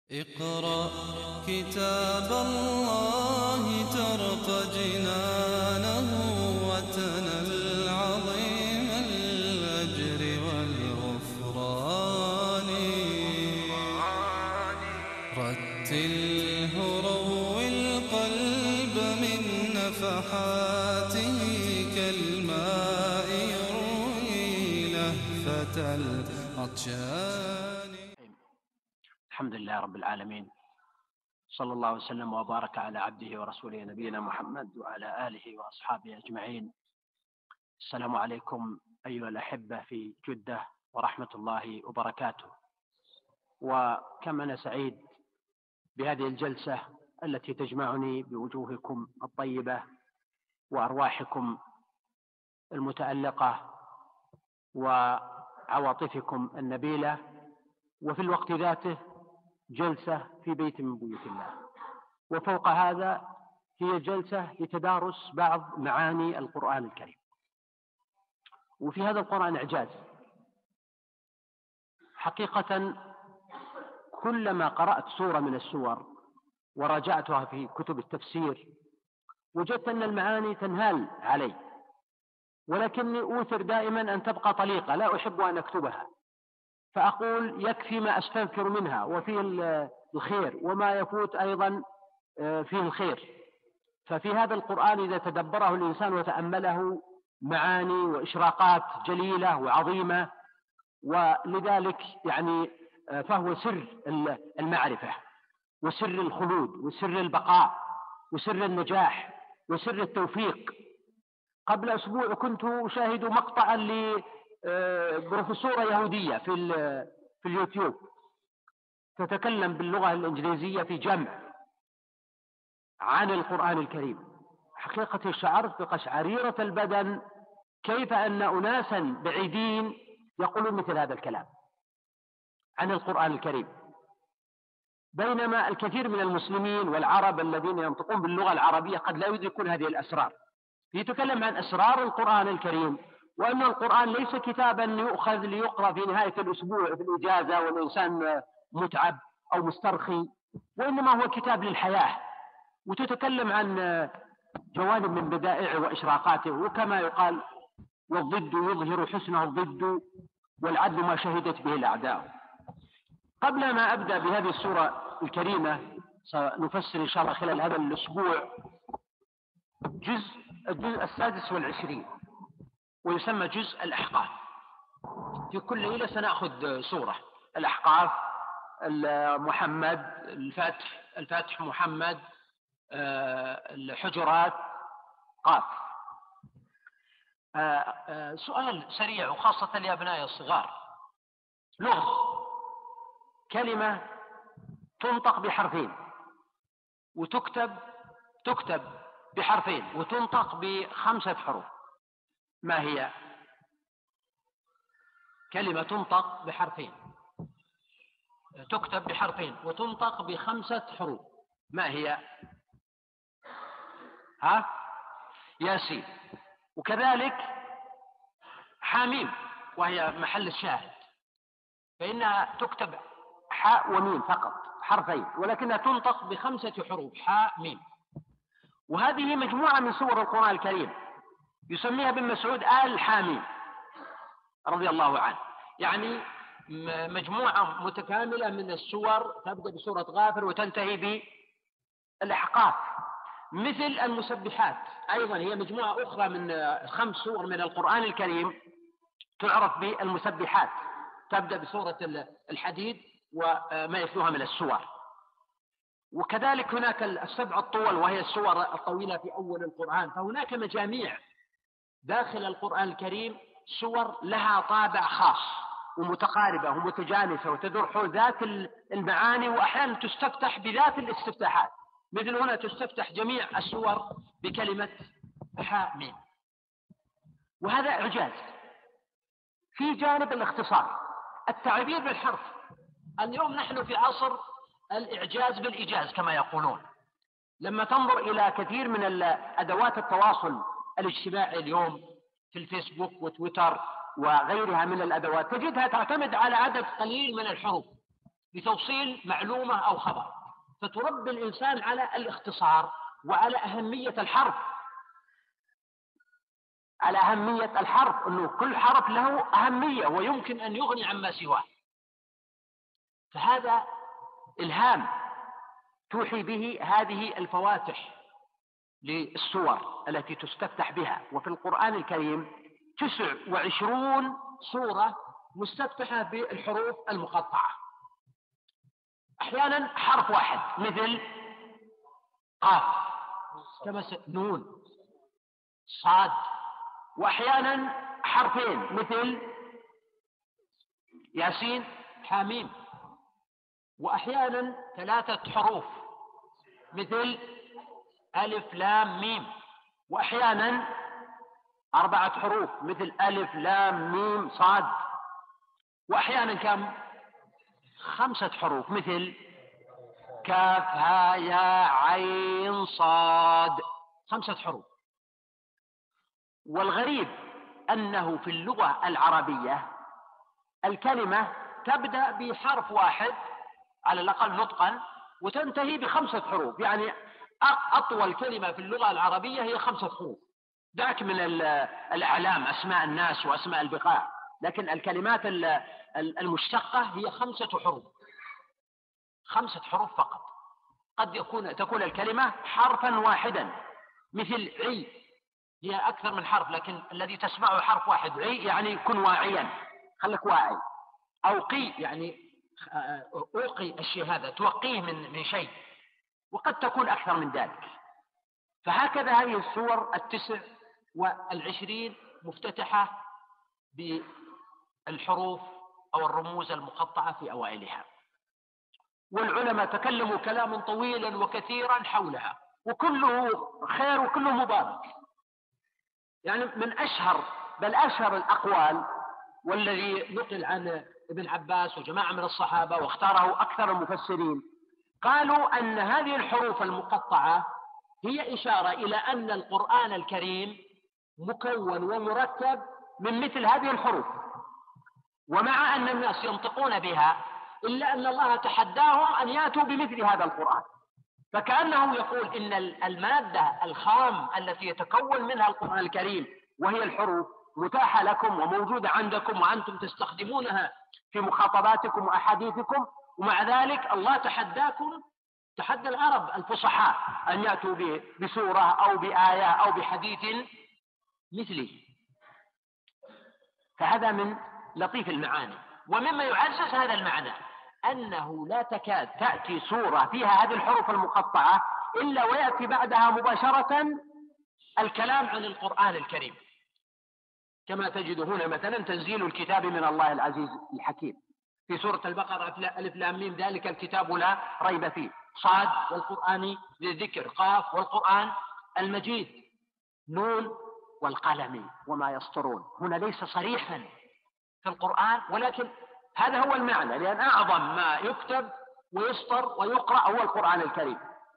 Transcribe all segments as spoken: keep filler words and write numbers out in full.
اقرأ كتاب الله ترق جنانه وتنل عظيم الأجر والغفران. رتله روي القلب من نفحاته كالماء يروي لهفة العطشان. الحمد لله رب العالمين، صلى الله وسلم وبارك على عبده ورسوله نبينا محمد وعلى آله وأصحابه أجمعين. السلام عليكم أيها الأحبة في جدة ورحمة الله وبركاته. وكم أنا سعيد بهذه الجلسة التي تجمعني بوجوهكم الطيبة وأرواحكم المتألقة وعواطفكم النبيلة، وفي الوقت ذاته جلسة في بيت من بيوت الله، وفوق هذا هي جلسة لتدارس بعض معاني القرآن الكريم. وفي هذا القرآن إعجاز حقيقة. كلما قرأت سورة من السور وراجعتها في كتب التفسير وجدت أن المعاني تنهال علي، ولكني أوثر دائما أن تبقى طليقة، لا أحب أن أكتبها، فأقول يكفي ما أستنكر منها وفيه الخير وما يفوت أيضا فيه الخير. ففي هذا القرآن إذا تدبره الإنسان وتأمله معاني وإشراقات جليلة وعظيمة، ولذلك يعني فهو سر المعرفة وسر الخلود وسر البقاء وسر النجاح وسر التوفيق. قبل أسبوع كنت أشاهد مقطعا لبروفيسورة يهودية في في اليوتيوب تتكلم باللغة الإنجليزية في جمع عن القرآن الكريم. حقيقة شعرت بقشعريرة البدن كيف أن أناسا بعيدين يقولون مثل هذا الكلام عن القرآن الكريم، بينما الكثير من المسلمين والعرب الذين ينطقون باللغة العربية قد لا يدركون هذه الأسرار. يتكلم عن أسرار القرآن الكريم، وأن القرآن ليس كتابا يؤخذ ليقرأ في نهاية الأسبوع في الإجازة والإنسان متعب أو مسترخي، وإنما هو كتاب للحياة. وتتكلم عن جوانب من بدائعه وإشراقاته، وكما يقال والضد يظهر حسنه الضد والعدل ما شهدت به الأعداء. قبل ما أبدأ بهذه السورة الكريمة سنفسر إن شاء الله خلال هذا الأسبوع جزء الجزء السادس والعشرين، ويسمى جزء الأحقاف. في كل ليلة سنأخذ سورة: الأحقاف، محمد، الفتح، الفتح محمد، الحجرات، قاف. سؤال سريع وخاصة لأبنائي الصغار: لغز كلمة تنطق بحرفين وتكتب تكتب بحرفين وتنطق بخمسة حروف، ما هي؟ كلمة تنطق بحرفين تكتب بحرفين وتنطق بخمسة حروف، ما هي؟ ها؟ ياسين. وكذلك حاميم، وهي محل الشاهد، فإنها تكتب حاء وميم فقط، حرفين، ولكنها تنطق بخمسة حروف: حاء ميم. وهذه مجموعة من سور القرآن الكريم يسميها ابن مسعود آل حاميم رضي الله عنه، يعني مجموعة متكاملة من السور تبدأ بسورة غافر وتنتهي بالأحقاف. مثل المسبحات أيضا، هي مجموعة أخرى من خمس سور من القرآن الكريم تعرف بالمسبحات، تبدأ بسورة الحديد وما يتلوها من السور. وكذلك هناك السبع الطول، وهي السور الطويلة في أول القرآن. فهناك مجاميع داخل القرآن الكريم، سور لها طابع خاص ومتقاربة ومتجانسة وتدور حول ذات المعاني، وأحيانا تستفتح بذات الاستفتاحات. مثل هنا تستفتح جميع السور بكلمة حاميم، وهذا إعجاز. في جانب الاختصار، التعبير بالحرف. اليوم نحن في عصر الإعجاز بالإيجاز كما يقولون. لما تنظر إلى كثير من أدوات التواصل الاجتماعي اليوم في الفيسبوك وتويتر وغيرها من الأدوات، تجدها تعتمد على عدد قليل من الحروف، لتوصيل معلومة أو خبر، فتربي الإنسان على الاختصار وعلى أهمية الحرف، على أهمية الحرف، أنه كل حرف له أهمية ويمكن أن يغني عما سواه. فهذا إلهام توحي به هذه الفواتح للسور التي تستفتح بها. وفي القرآن الكريم تسع وعشرون سورة مستفتحة بالحروف المقطعة، أحيانا حرف واحد مثل قاف، كما نون، صاد، وأحيانا حرفين مثل ياسين، حاميم، وأحيانا ثلاثة حروف مثل ألف لام ميم، وأحيانا أربعة حروف مثل ألف لام ميم صاد، وأحيانا كم؟ خمسة حروف مثل كاف ها يا عين صاد، خمسة حروف. والغريب أنه في اللغة العربية الكلمة تبدأ بحرف واحد على الأقل نطقا وتنتهي بخمسة حروف، يعني أطول كلمة في اللغة العربية هي خمسة حروف. ذاك من الأعلام أسماء الناس وأسماء البقاع، لكن الكلمات المشتقة هي خمسة حروف، خمسة حروف فقط. قد يكون تكون الكلمة حرفا واحدا مثل عي، هي أكثر من حرف لكن الذي تسمعه حرف واحد. عي يعني كن واعيا، خلك واعي. أو قي يعني أوقي الشيء هذا، توقيه من من شيء، وقد تكون أكثر من ذلك. فهكذا هذه السور التسع والعشرين مفتتحة بالحروف أو الرموز المقطعة في أوائلها. والعلماء تكلموا كلاما طويلا وكثيرا حولها، وكله خير وكله مبارك. يعني من أشهر بل أشهر الأقوال والذي نقل عن ابن عباس وجماعة من الصحابة واختاره أكثر المفسرين، قالوا أن هذه الحروف المقطعة هي إشارة إلى أن القرآن الكريم مكون ومركب من مثل هذه الحروف، ومع أن الناس ينطقون بها إلا أن الله تحداهم أن يأتوا بمثل هذا القرآن. فكأنه يقول إن المادة الخام التي يتكون منها القرآن الكريم وهي الحروف متاحة لكم وموجودة عندكم وأنتم تستخدمونها في مخاطباتكم وأحاديثكم، ومع ذلك الله تحداكم، تحدى العرب الفصحاء أن يأتوا بسورة أو بآية أو بحديث مثله. فهذا من لطيف المعاني. ومما يعزز هذا المعنى أنه لا تكاد تأتي سورة فيها هذه الحروف المقطعة إلا ويأتي بعدها مباشرة الكلام عن القرآن الكريم، كما تجد هنا مثلا تنزيل الكتاب من الله العزيز الحكيم. في سورة البقرة ألف لام ميم ذلك الكتاب لا ريب فيه، صاد والقرآن ذي الذكر، قاف والقرآن المجيد، نون والقلم وما يسطرون. هنا ليس صريحا في القرآن، ولكن هذا هو المعنى، لأن أعظم ما يكتب ويسطر ويقرأ هو القرآن الكريم.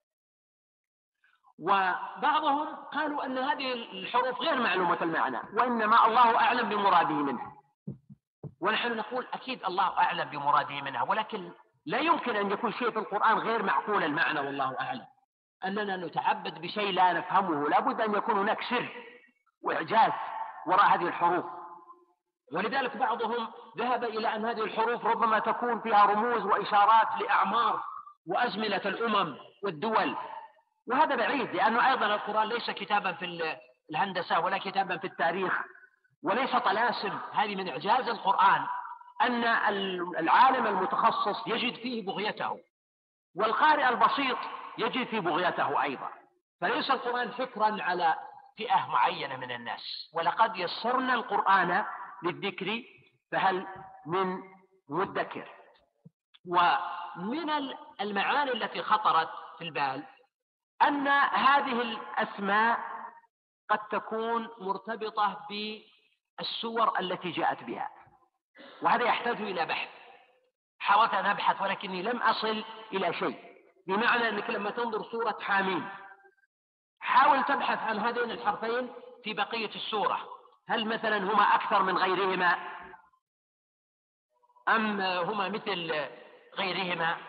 وبعضهم قالوا أن هذه الحروف غير معلومة المعنى، وإنما الله أعلم بمراده منها، ونحن نقول أكيد الله أعلم بمراده منها، ولكن لا يمكن أن يكون شيء في القرآن غير معقول المعنى والله أعلم. أننا نتعبد بشيء لا نفهمه، لابد أن يكون هناك سر وإعجاز وراء هذه الحروف. ولذلك بعضهم ذهب إلى أن هذه الحروف ربما تكون فيها رموز وإشارات لأعمار وأزمنة الأمم والدول، وهذا بعيد، لأنه أيضا القرآن ليس كتابا في الهندسة ولا كتابا في التاريخ وليس طلاسم. هذه من إعجاز القرآن أن العالم المتخصص يجد فيه بغيته، والقارئ البسيط يجد فيه بغيته أيضا. فليس القرآن حكرا على فئة معينة من الناس. ولقد يسرنا القرآن للذكر فهل من مدكر. ومن المعاني التي خطرت في البال أن هذه الأسماء قد تكون مرتبطة بالسور التي جاءت بها، وهذا يحتاج إلى بحث. حاولت أن أبحث ولكني لم أصل إلى شيء، بمعنى أنك لما تنظر سورة حاميم حاول تبحث عن هذين الحرفين في بقية السورة، هل مثلا هما أكثر من غيرهما أم هما مثل غيرهما.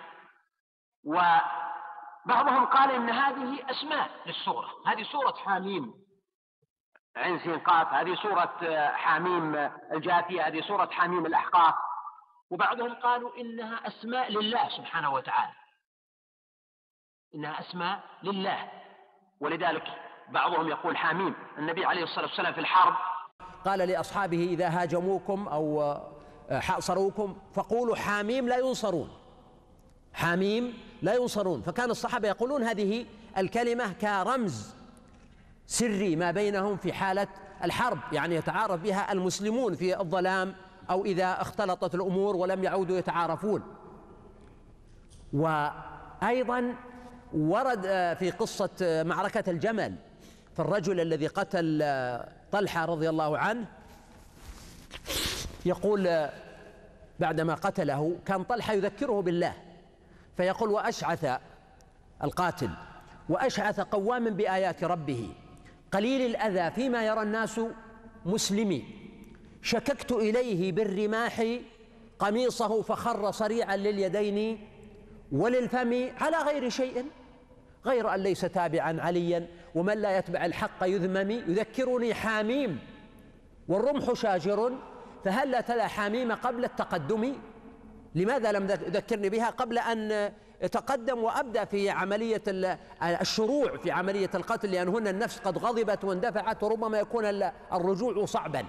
وبعضهم قال إن هذه أسماء للسورة، هذه سورة حاميم عين سين قاف، هذه سورة حاميم الجاثية، هذه سورة حاميم الأحقاف. وبعضهم قالوا إنها أسماء لله سبحانه وتعالى، إنها أسماء لله. ولذلك بعضهم يقول حاميم. النبي عليه الصلاة والسلام في الحرب قال لأصحابه: إذا هاجموكم أو حاصروكم فقولوا حاميم لا ينصرون، حاميم لا ينصرون. فكان الصحابة يقولون هذه الكلمة كرمز سري ما بينهم في حالة الحرب، يعني يتعارف بها المسلمون في الظلام أو إذا اختلطت الأمور ولم يعودوا يتعارفون. وأيضا ورد في قصة معركة الجمل في الرجل الذي قتل طلحة رضي الله عنه، يقول بعدما قتله كان طلحة يذكره بالله فيقول: وأشعث القاتل وأشعث قواما بآيات ربه قليل الأذى فيما يرى الناس مسلمي، شككت إليه بالرماح قميصه فخر صريعا لليدين وللفم على غير شيء غير أن ليس تابعا عليا، ومن لا يتبع الحق يذمم، يذكرني حاميم والرمح شاجر فهل لا تلا حاميم قبل التقدم؟ لماذا لم يذكرني بها قبل أن يتقدم وأبدأ في عملية الشروع في عملية القتل، لأن هنا النفس قد غضبت واندفعت وربما يكون الرجوع صعبا.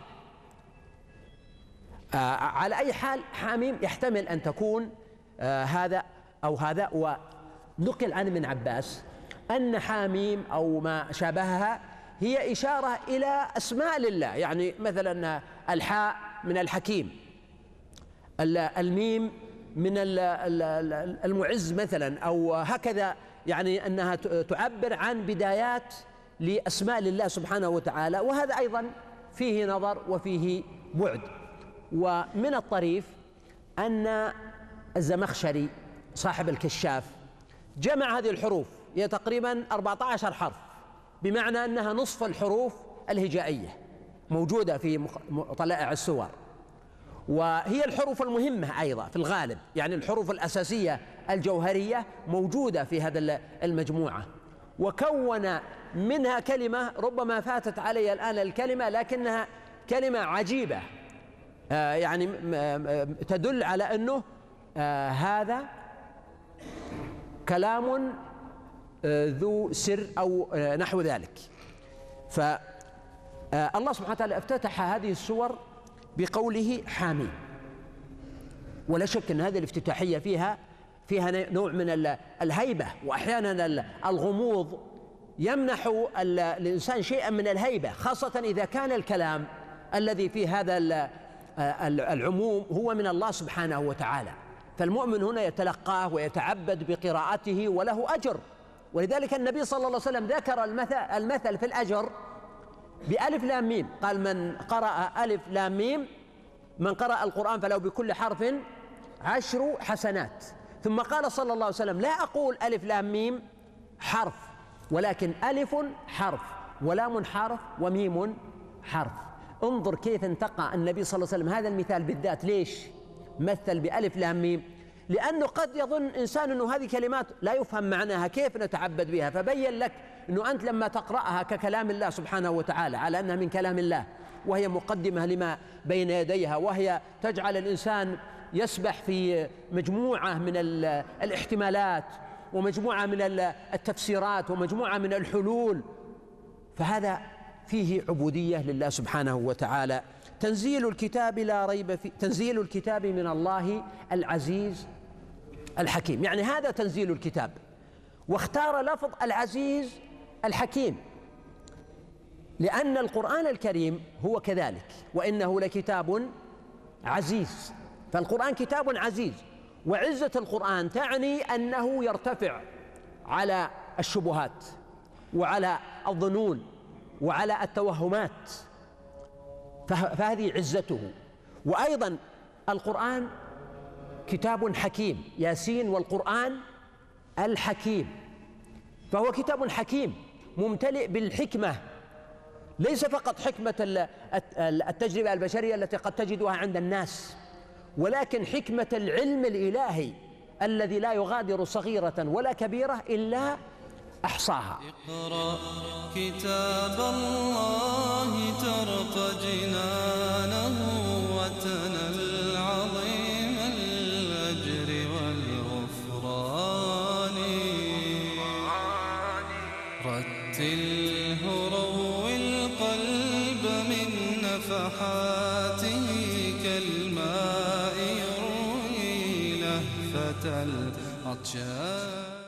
آه على أي حال حاميم يحتمل أن تكون آه هذا أو هذا. ونقل عن ابن عباس أن حاميم أو ما شابهها هي إشارة إلى أسماء لله، يعني مثلا الحاء من الحكيم، الميم من المعز مثلا، أو هكذا، يعني أنها تعبر عن بدايات لأسماء لله سبحانه وتعالى. وهذا أيضا فيه نظر وفيه بعد. ومن الطريف أن الزمخشري صاحب الكشاف جمع هذه الحروف، هي تقريبا أربعة عشر حرف، بمعنى أنها نصف الحروف الهجائية موجودة في طلائع السور، وهي الحروف المهمة أيضا في الغالب، يعني الحروف الأساسية الجوهرية موجودة في هذا المجموعة، وكون منها كلمة ربما فاتت علي الآن الكلمة، لكنها كلمة عجيبة يعني تدل على أنه هذا كلام ذو سر أو نحو ذلك. فالله سبحانه وتعالى افتتح هذه السور بقوله حاميم، ولا شك أن هذه الافتتاحية فيها فيها نوع من الهيبة، وأحيانا الغموض يمنح الإنسان شيئا من الهيبة، خاصة إذا كان الكلام الذي في هذا العموم هو من الله سبحانه وتعالى، فالمؤمن هنا يتلقاه ويتعبد بقراءته وله أجر. ولذلك النبي صلى الله عليه وسلم ذكر المثل, المثل في الأجر بألف لام ميم، قال: من قرأ ألف لام ميم، من قرأ القرآن فله بكل حرف عشر حسنات. ثم قال صلى الله عليه وسلم: لا أقول ألف لام ميم حرف، ولكن ألف حرف ولام حرف وميم حرف. انظر كيف انتقى النبي صلى الله عليه وسلم هذا المثال بالذات. ليش مثل بألف لام ميم؟ لأنه قد يظن إنسان أنه هذه كلمات لا يفهم معناها، كيف نتعبد بها؟ فبين لك أنه أنت لما تقرأها ككلام الله سبحانه وتعالى على أنها من كلام الله، وهي مقدمة لما بين يديها، وهي تجعل الإنسان يسبح في مجموعة من الاحتمالات ومجموعة من التفسيرات ومجموعة من الحلول، فهذا فيه عبودية لله سبحانه وتعالى. تنزيل الكتاب لا ريب فيه، تنزيل الكتاب من الله العزيز الحكيم، يعني هذا تنزيل الكتاب. واختار لفظ العزيز الحكيم لأن القرآن الكريم هو كذلك، وإنه لكتاب عزيز، فالقرآن كتاب عزيز. وعزة القرآن تعني أنه يرتفع على الشبهات وعلى الظنون وعلى التوهمات، فهذه عزته. وأيضا القرآن كتاب حكيم، ياسين والقرآن الحكيم، فهو كتاب حكيم ممتلئ بالحكمة، ليس فقط حكمة التجربة البشرية التي قد تجدها عند الناس، ولكن حكمة العلم الإلهي الذي لا يغادر صغيرة ولا كبيرة إلا أحصاها. اقرأ كتاب الله ترق جنانه وتنل عظيم الأجر والغفران. رتله روي القلب من نفحاته كالماء يروي لهفة العطشان.